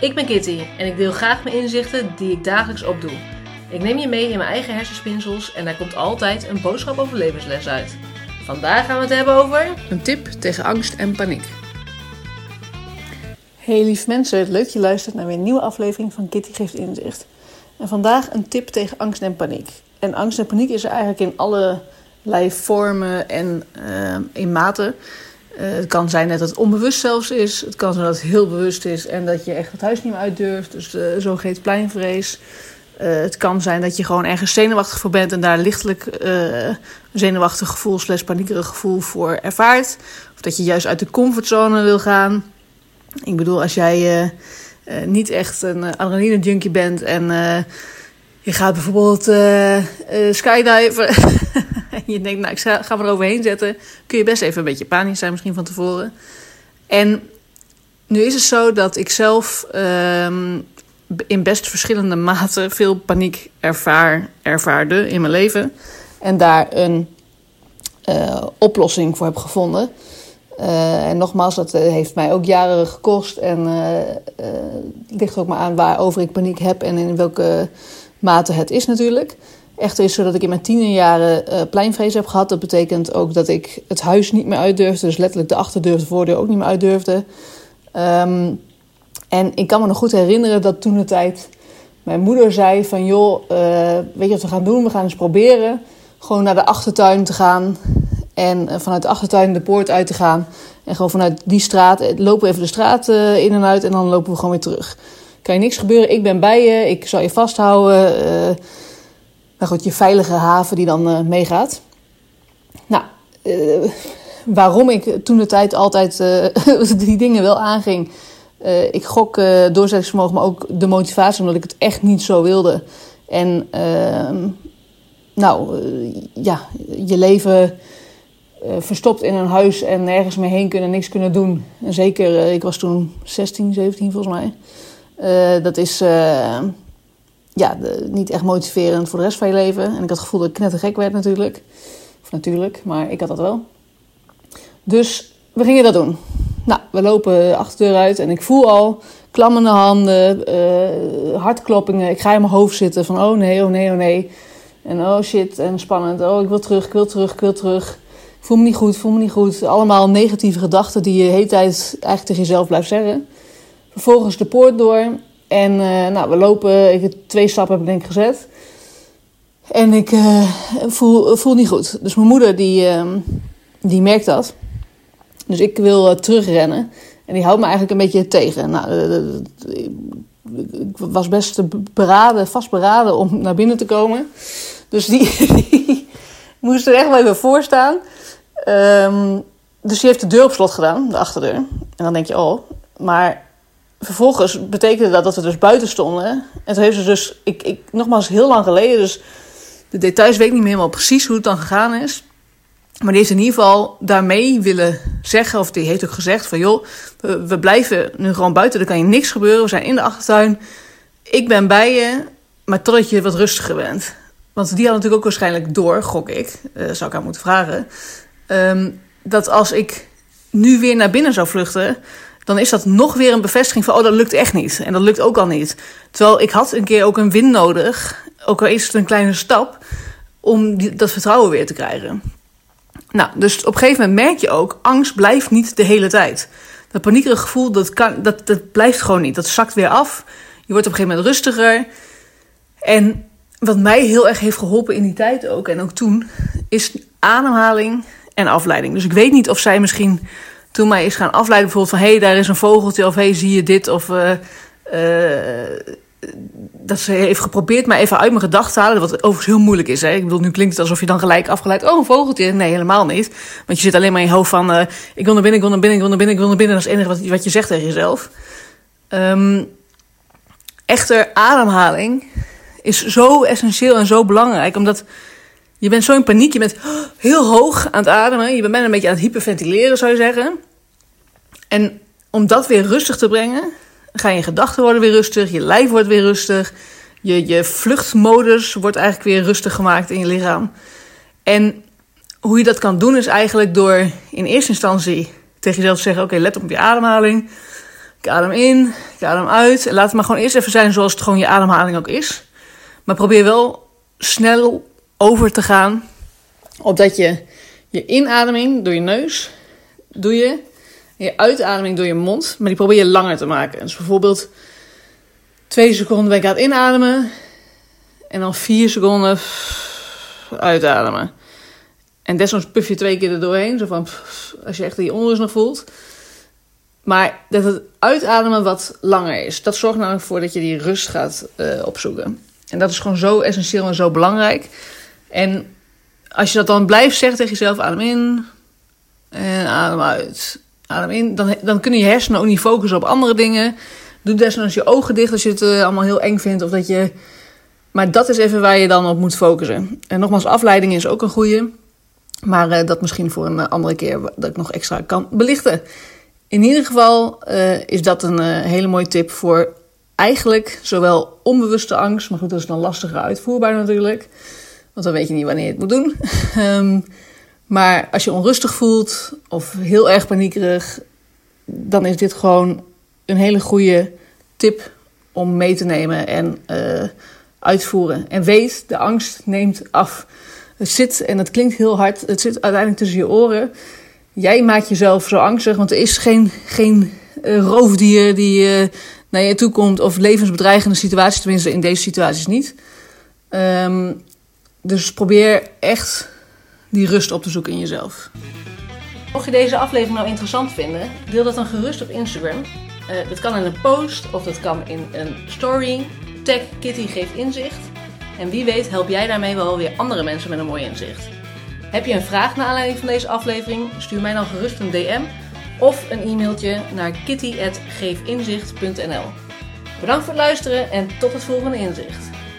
Ik ben Kitty en ik deel graag mijn inzichten die ik dagelijks opdoe. Ik neem je mee in mijn eigen hersenspinsels en daar komt altijd een boodschap over levensles uit. Vandaag gaan we het hebben over een tip tegen angst en paniek. Hey lieve mensen, leuk dat je luistert naar weer een nieuwe aflevering van Kitty Geeft Inzicht. En vandaag een tip tegen angst en paniek. En angst en paniek is er eigenlijk in allerlei vormen en in maten. Het kan zijn dat het onbewust zelfs is. Het kan zijn dat het heel bewust is en dat je echt het huis niet meer uit durft. Dus de zogeheten pleinvrees. Het kan zijn dat je gewoon ergens zenuwachtig voor bent en daar lichtelijk een zenuwachtig gevoel / paniekerig gevoel voor ervaart. Of dat je juist uit de comfortzone wil gaan. Ik bedoel, als jij niet echt een adrenaline junkie bent en je gaat bijvoorbeeld skydiven en je denkt, nou, ik ga me eroverheen zetten, kun je best even een beetje panisch zijn misschien van tevoren. En nu is het zo dat ik zelf in best verschillende maten veel paniek ervaarde in mijn leven. En daar een oplossing voor heb gevonden. En nogmaals, dat heeft mij ook jaren gekost. En ligt ook maar aan waarover ik paniek heb en in welke mate het is natuurlijk. Echter is het zo dat ik in mijn tienerjaren pleinvrees heb gehad. Dat betekent ook dat ik het huis niet meer uit durfde. Dus letterlijk de achterdeur, de voordeur ook niet meer uit durfde. En ik kan me nog goed herinneren dat toen de tijd mijn moeder zei van joh, weet je wat we gaan doen? We gaan eens proberen gewoon naar de achtertuin te gaan. En vanuit de achtertuin de poort uit te gaan. En gewoon vanuit die straat lopen we even de straat in en uit. En dan lopen we gewoon weer terug. Kan je niks gebeuren, ik ben bij je. Ik zal je vasthouden. Nou goed, je veilige haven die dan meegaat. Nou, waarom ik toen de tijd altijd die dingen wel aanging. Ik gok doorzettingsvermogen, maar ook de motivatie. Omdat ik het echt niet zo wilde. En je leven verstopt in een huis en nergens meer heen kunnen, niks kunnen doen. En zeker, ik was toen 16, 17 volgens mij. Dat is niet echt motiverend voor de rest van je leven. En ik had het gevoel dat ik knettergek werd natuurlijk. Of natuurlijk, maar ik had dat wel. Dus we gingen dat doen. Nou, we lopen de achterdeur uit en ik voel al klammende handen, hartkloppingen. Ik ga in mijn hoofd zitten van oh nee, oh nee, oh nee. En oh shit, en spannend. Oh, ik wil terug, ik wil terug, ik wil terug. Ik voel me niet goed, voel me niet goed. Allemaal negatieve gedachten die je de hele tijd eigenlijk tegen jezelf blijft zeggen. Vervolgens de poort door. En we lopen. Ik heb 2 stappen heb ik denk ik gezet. En ik voel niet goed. Dus mijn moeder die merkt dat. Dus ik wil terugrennen. En die houdt me eigenlijk een beetje tegen. Nou, ik was best vastberaden om naar binnen te komen. Dus die moest er echt wel even voor staan. Dus die heeft de deur op slot gedaan, de achterdeur. En dan denk je, oh. Maar vervolgens betekende dat we dus buiten stonden. En toen heeft ze dus, nogmaals heel lang geleden, dus de details weet ik niet meer helemaal precies hoe het dan gegaan is. Maar die heeft in ieder geval daarmee willen zeggen, of die heeft ook gezegd van joh, we blijven nu gewoon buiten, er kan je niks gebeuren. We zijn in de achtertuin, ik ben bij je, maar totdat je wat rustiger bent. Want die had natuurlijk ook waarschijnlijk door, gok ik, zou ik haar moeten vragen, dat als ik nu weer naar binnen zou vluchten, dan is dat nog weer een bevestiging van, oh, dat lukt echt niet. En dat lukt ook al niet. Terwijl ik had een keer ook een win nodig, ook al is het een kleine stap, om dat vertrouwen weer te krijgen. Nou, dus op een gegeven moment merk je ook, angst blijft niet de hele tijd. Dat paniekerige gevoel, dat blijft gewoon niet. Dat zakt weer af. Je wordt op een gegeven moment rustiger. En wat mij heel erg heeft geholpen in die tijd ook, en ook toen, is ademhaling en afleiding. Dus ik weet niet of zij misschien toen mij is gaan afleiden, bijvoorbeeld van hé, daar is een vogeltje, of hé, zie je dit, of dat ze heeft geprobeerd mij even uit mijn gedachten te halen, wat overigens heel moeilijk is. Hè? Ik bedoel, nu klinkt het alsof je dan gelijk afgeleid, oh, een vogeltje. Nee, helemaal niet. Want je zit alleen maar in je hoofd van, ik wil naar binnen, ik wil naar binnen, ik wil naar binnen, ik wil naar binnen. Dat is het enige wat je zegt tegen jezelf. Echter, ademhaling is zo essentieel en zo belangrijk, omdat je bent zo in paniek, je bent heel hoog aan het ademen, je bent bijna een beetje aan het hyperventileren, zou je zeggen. En om dat weer rustig te brengen, gaan je gedachten worden weer rustig, je lijf wordt weer rustig, je vluchtmodus wordt eigenlijk weer rustig gemaakt in je lichaam. En hoe je dat kan doen is eigenlijk door in eerste instantie tegen jezelf te zeggen, oké, let op je ademhaling. Ik adem in, ik adem uit. En laat het maar gewoon eerst even zijn zoals het gewoon je ademhaling ook is. Maar probeer wel snel over te gaan. Opdat je inademing door je neus doe je. En je uitademing door je mond. Maar die probeer je langer te maken. Dus bijvoorbeeld 2 seconden ben ik aan het inademen. En dan 4 seconden uitademen. En desnoods puff je 2 keer er doorheen. Zo van, als je echt die onrust nog voelt. Maar dat het uitademen wat langer is. Dat zorgt namelijk voor dat je die rust gaat opzoeken. En dat is gewoon zo essentieel en zo belangrijk. En als je dat dan blijft zeggen tegen jezelf. Adem in. En adem uit. Adem in. Dan kunnen je hersenen ook niet focussen op andere dingen. Doe desnoods je ogen dicht als je het allemaal heel eng vindt. Of dat je... Maar dat is even waar je dan op moet focussen. En nogmaals, afleiding is ook een goeie. Maar dat misschien voor een andere keer dat ik nog extra kan belichten. In ieder geval is dat een hele mooie tip voor eigenlijk zowel onbewuste angst. Maar goed, dat is dan lastiger uitvoerbaar natuurlijk. Want dan weet je niet wanneer je het moet doen. Maar als je onrustig voelt of heel erg paniekerig. Dan is dit gewoon een hele goede tip om mee te nemen en uitvoeren. En weet, de angst neemt af. Het zit, en het klinkt heel hard, het zit uiteindelijk tussen je oren. Jij maakt jezelf zo angstig, want er is geen roofdier die naar je toe komt of levensbedreigende situaties, tenminste in deze situaties niet. Dus probeer echt die rust op te zoeken in jezelf. Mocht je deze aflevering nou interessant vinden, deel dat dan gerust op Instagram. Dat kan in een post of dat kan in een story. Tag Kitty geeft inzicht. En wie weet help jij daarmee wel weer andere mensen met een mooi inzicht. Heb je een vraag naar aanleiding van deze aflevering? Stuur mij dan gerust een DM of een e-mailtje naar kitty@geefinzicht.nl. Bedankt voor het luisteren en tot het volgende inzicht.